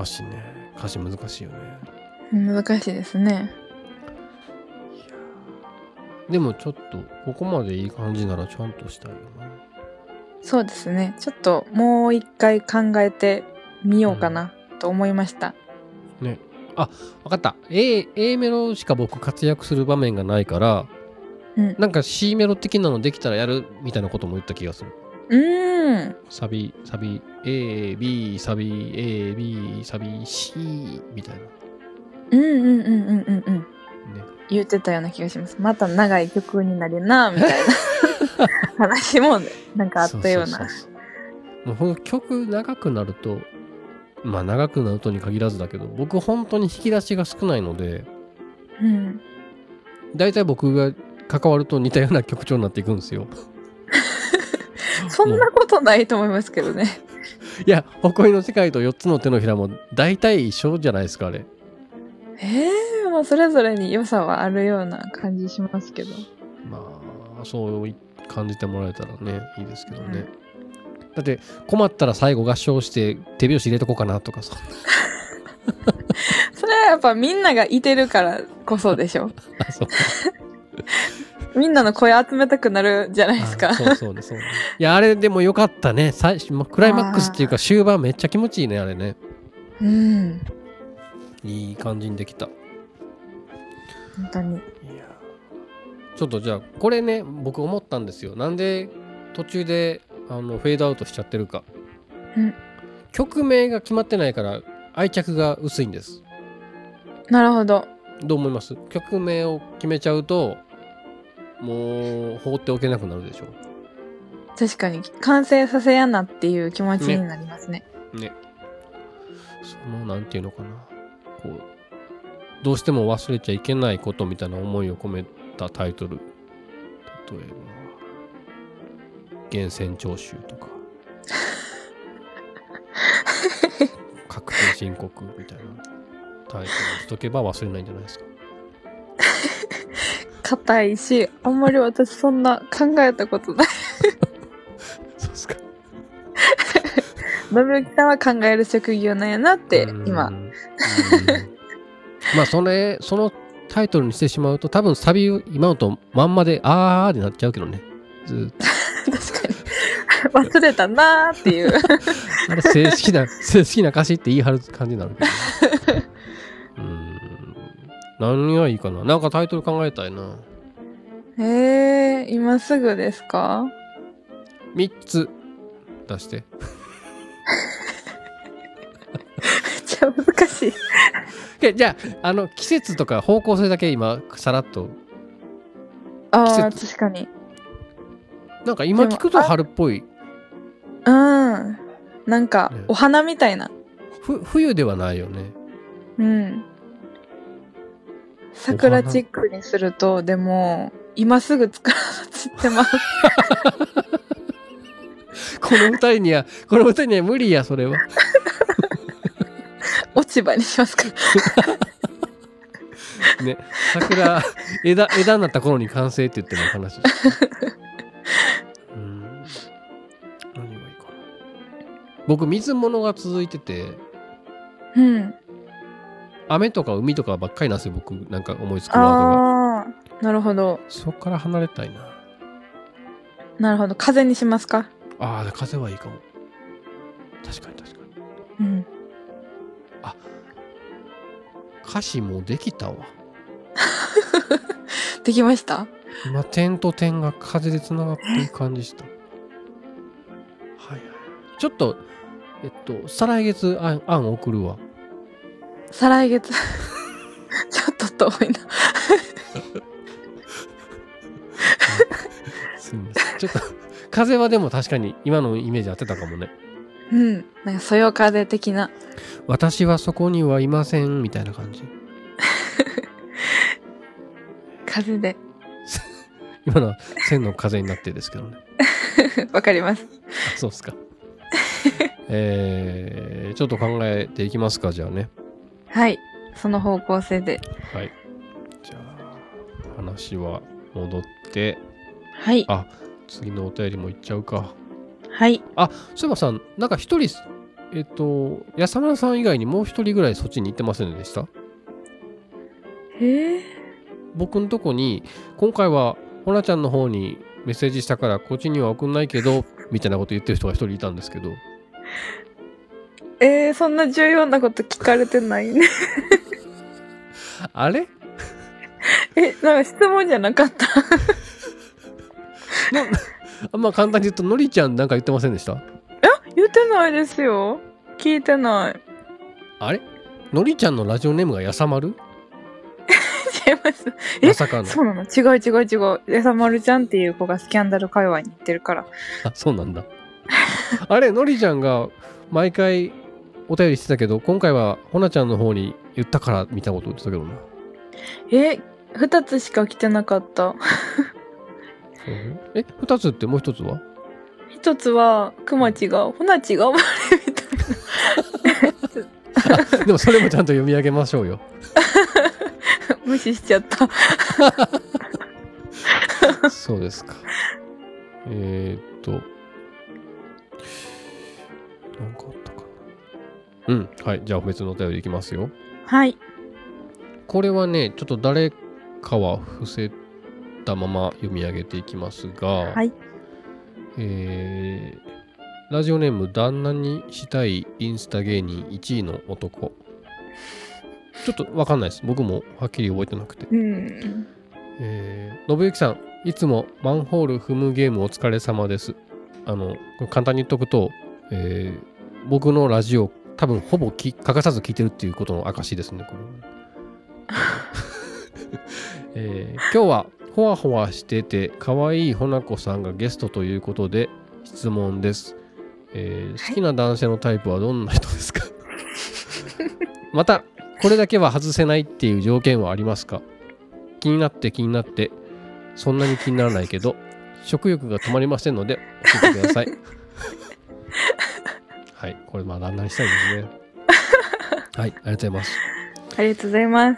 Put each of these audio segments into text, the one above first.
歌詞難しいよね。 難しいですね。 でもちょっとここまでいい感じならちゃんとしたいよな。 そうですね。ちょっともう一回考えてみようかなと思いました。 ね。あ、わかった。A メロしか僕活躍する場面がないから、なんか C メロ的なのできたらやるみたいなことも言った気がする。サビ A B サビ A B サビ C みたいな。 ね、言ってたような気がします。また長い曲になるなみたいな話もなんかあったような。 もうこの曲長くなると、まあ長くなるとに限らずだけど、僕本当に引き出しが少ないので、だいたい僕が関わると似たような曲調になっていくんですよ。 そんなことないと思いますけどね。 いや、誇りの世界と4つの手のひらも大体一緒じゃないですか、あれ。 まあそれぞれに良さはあるような感じしますけど。 まあ、そう感じてもらえたらね、いいですけどね。だって、困ったら最後合唱して手拍子入れとこうかなとかさ。 それはやっぱみんながいてるからこそでしょ。 あ、そう。 みんなの声集めたくなるじゃないですか。 そうね。いや、あれでもよかったね。クライマックスっていうか終盤めっちゃ気持ちいいね、あれね。いい感じにできた。 本当に。 ちょっとじゃあ、これね、僕思ったんですよ。なんで途中でフェードアウトしちゃってるか。曲名が決まってないから愛着が薄いんです。 なるほど。 どう思います？曲名を決めちゃうともう放っておけなくなるでしょ。 確かに完成させやなっていう気持ちになりますね。 そのなんていうのかな、こうどうしても忘れちゃいけないことみたいな思いを込めたタイトル、例えば源泉徴収とか確定申告みたいなタイトルしとけば忘れないんじゃないですか。 硬いし、あんまり私そんな考えたことない。 そうっすか。 信之さんは考える職業なんやなって今。 まあそのタイトルにしてしまうと多分サビ今のとまんまであーってなっちゃうけどね。ずっと確かに忘れたなーっていうあれ正式な歌詞って言い張る感じになるけど、ね、何がいいかな。なんかタイトル考えたいな。 今すぐですか ？3つ出して。 めっちゃ難しい。 じゃあ季節とか方向性だけ今さらっと。 確かに。 なんか今聞くと春っぽい。 なんかお花みたいな。 冬ではないよね。 桜チックにすると、でも今すぐ作らなつってます。 この二人には無理や、それは。 落ち葉にしますか。 ね、桜枝になった頃に完成って言っても話。何がいいかな。僕水物が続いてて、雨とか海とかばっかりなんですよ、僕なんか思いつくワードが。 なるほど。 そっから離れたいな。 なるほど。風にしますか。 風はいいかも。確かに。歌詞もできたわ。 できました？ 今点と点が風でつながっていく感じした。ちょっと再来月案送るわ。 再来月ちょっと遠いな。 すみません。ちょっと風はでも確かに今のイメージ合ってたかもね。 なんかそよ風的な。 私はそこにはいませんみたいな感じ。 風で。 今のは線の風になってですけどね。 わかります。 そうっすか。ちょっと考えていきますか、じゃあね。 はい、その方向性で。 はい。じゃあ話は戻って、次のお便りもいっちゃうか。 はい。 そういえばさ、なんか一人安村さん以外にもう一人ぐらいそっちに行ってませんでした？僕のとこに今回はほなちゃんの方にメッセージしたからこっちには送んないけどみたいなこと言ってる人が一人いたんですけど。 そんな重要なこと聞かれてないね。 あれ？ なんか質問じゃなかった。 まあ簡単に言うとのりちゃんなんか言ってませんでした？ 言ってないですよ。聞いてない。 あれ？のりちゃんのラジオネームがやさまる？ 違います。 まさかの。 そうなの？違う。やさまるちゃんっていう子がスキャンダル界隈に行ってるから。 あ、そうなんだ。あれ、のりちゃんが毎回お便りしてたけど、今回はほなちゃんの方に言ったからみたいなこと言ってたけどな。 2つしか来てなかった。 2つってもう1つは ？1つはくまちがほなちが生まれみたいな。でもそれもちゃんと読み上げましょうよ。 無視しちゃった。 そうですか。なんかあったかな。はい。じゃあ別のお便りいきますよ。 はい。 これはね、ちょっと誰かは伏せたまま読み上げていきますが、 はい。 ラジオネーム旦那にしたいインスタ芸人1位の男。ちょっとわかんないです。僕もはっきり覚えてなくて。信之さん、いつもマンホール踏むゲームお疲れ様です。これ簡単に言っとくと、僕のラジオ多分ほぼ欠かさず聞いてるっていうことの証ですね、これ。今日はほわほわしてて可愛いほなこさんがゲストということで質問です。好きな男性のタイプはどんな人ですか？またこれだけは外せないっていう条件はありますか？気になってそんなに気にならないけど食欲が止まりませんので教えてください。はい、これまあ旦那にしたいですね。はい、ありがとうございます。 ありがとうございます。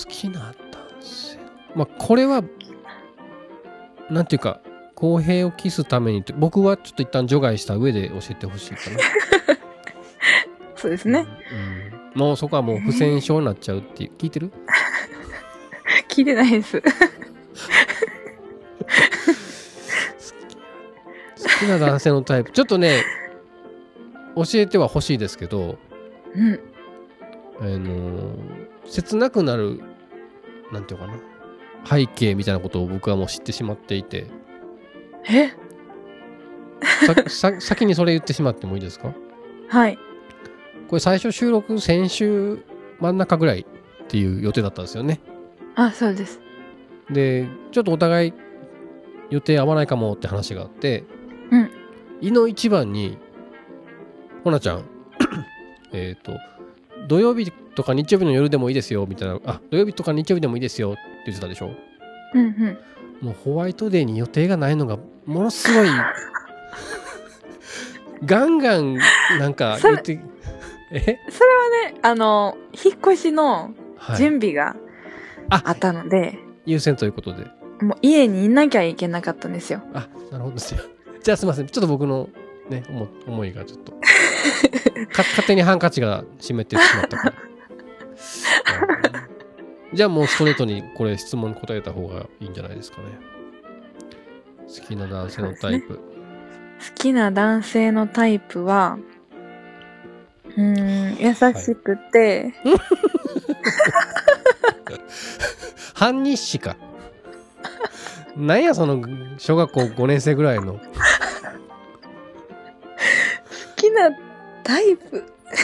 好きな男性、まあこれはなんていうか公平を期すためにって僕はちょっと一旦除外した上で教えてほしいかな。 そうですね、 もうそこはもう不戦勝になっちゃうって聞いてる？ 聞いてないです。好きな男性のタイプちょっとね教えてはほしいですけど、切なくなるなんていうかな背景みたいなことを僕はもう知ってしまっていて。先にそれ言ってしまってもいいですか？ はい。 これ最初収録先週真ん中ぐらいっていう予定だったんですよね。 あ、そうです。 でちょっとお互い予定合わないかもって話があって、いの一番にほなちゃん土曜日とか日曜日の夜でもいいですよみたいな、土曜日とか日曜日でもいいですよって言ってたでしょ。もうホワイトデーに予定がないのがものすごいガンガンなんか言ってそれはね引っ越しの準備があったので、 優先ということでもう家にいなきゃいけなかったんですよ。 なるほどですよ。じゃあすいません、ちょっと僕のね思いがちょっと勝手にハンカチが湿ってしまったからじゃあもうストレートにこれ質問に答えた方がいいんじゃないですかね。好きな男性のタイプ、 好きな男性のタイプは優しくて、 半日誌かなんやその小学校5年生ぐらいの好きなタイプ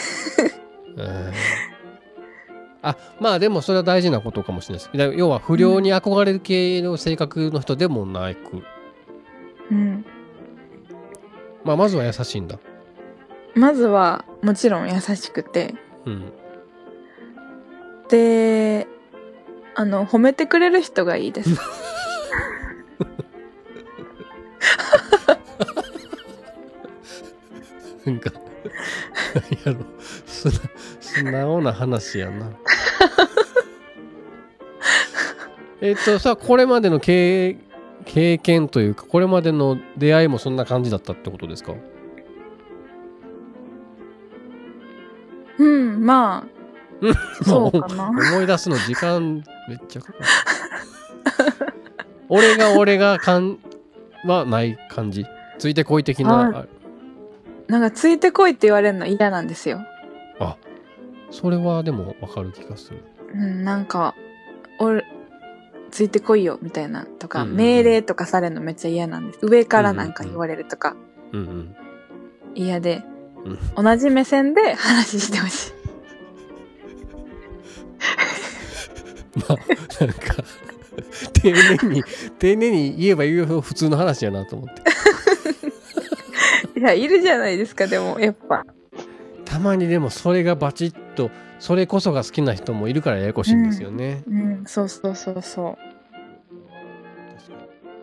まあでもそれは大事なことかもしれないです。要は不良に憧れる系の性格の人でもなく、まずは優しいんだ。 まずはもちろん優しくて、で褒めてくれる人がいいです。 なんかやろ素直な話やな。さこれまでの経験というかこれまでの出会いもそんな感じだったってことですか？ まあ、そうかな。 思い出すの時間めっちゃかかる。俺が感はない感じ。ついてこい的な。 なんかついてこいって言われるの嫌なんですよ。 あ、それはでもわかる気がする。 なんかついてこいよみたいなとか、命令とかされるのめっちゃ嫌なんです。上からなんか言われるとか、嫌で、同じ目線で話してほしい。 まあなんか丁寧に言えば言うほど普通の話やなと思って。 いや、いるじゃないですか。でもやっぱたまにでもそれがバチッとそれこそが好きな人もいるからややこしいんですよね。 そうそうそうそう。